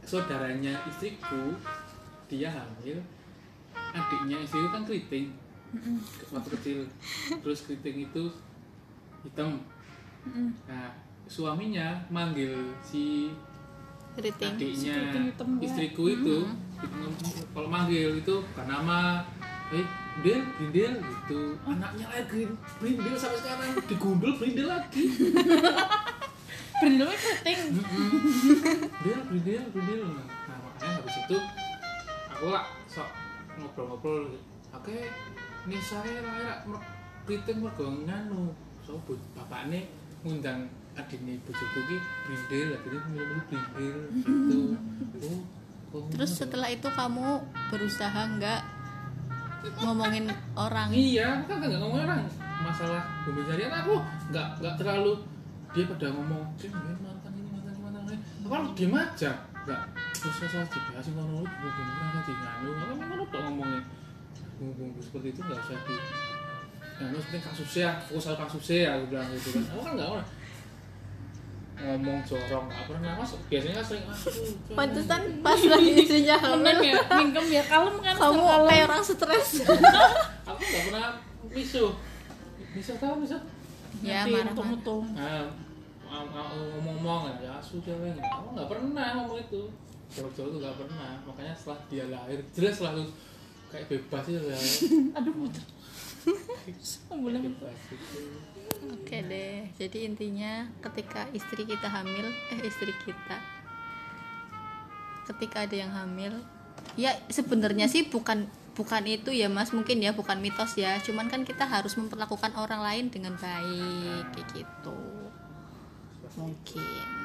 saudaranya istriku dia hamil, adiknya istriku kan keriting waktu kecil, terus keriting itu hitam. Nah suaminya manggil si adiknya istriku itu kalau manggil itu bukan nama, Brindil gitu. Anaknya lagi Brindil sampai sekarang digundul Brindil lagi. Brindilnya keriting. Brindil. Nah makanya habis itu aku lah sok ngobrol-ngobrol. Oke, nih saya lah keriting mergo nganu. So bapakne ngundang adine bojoku ki Brindil, akhirnya milih Brindil gitu. Terus setelah itu kamu berusaha enggak ngomongin orang? Iya, kan nggak ngomongin orang. Masalah pembicaraan aku nggak terlalu dia pada ngomong, mantan ini. Kalau diem aja, nggak usah dibahas ngono bener di nganu. Kalau memang udah ngomongin bumbu seperti itu nggak usah di. Nganu penting kasusnya, fokus sama kasusnya aku bilang gitu kan. Aku kan nggak pernah ngomong jorong, nggak pernah masuk. Biasanya sering Pantesan pas lagi istrinya hamil ya, mingkem ya kalem kan. Kamu kayak orang stres. Aku nggak pernah misuh tahu misuh. Ya marah. Ngomong ya sudah lah. Aku nggak pernah ngomong itu. Jorok-jorok itu nggak pernah. Makanya setelah dia lahir jelas langsung kayak bebas itu ya. Aduh muter. Bebas gitu. Oke deh. Jadi intinya ketika ketika ada yang hamil, ya sebenarnya sih bukan itu ya Mas, mungkin ya bukan mitos ya. Cuman kan kita harus memperlakukan orang lain dengan baik kayak gitu. Mungkin.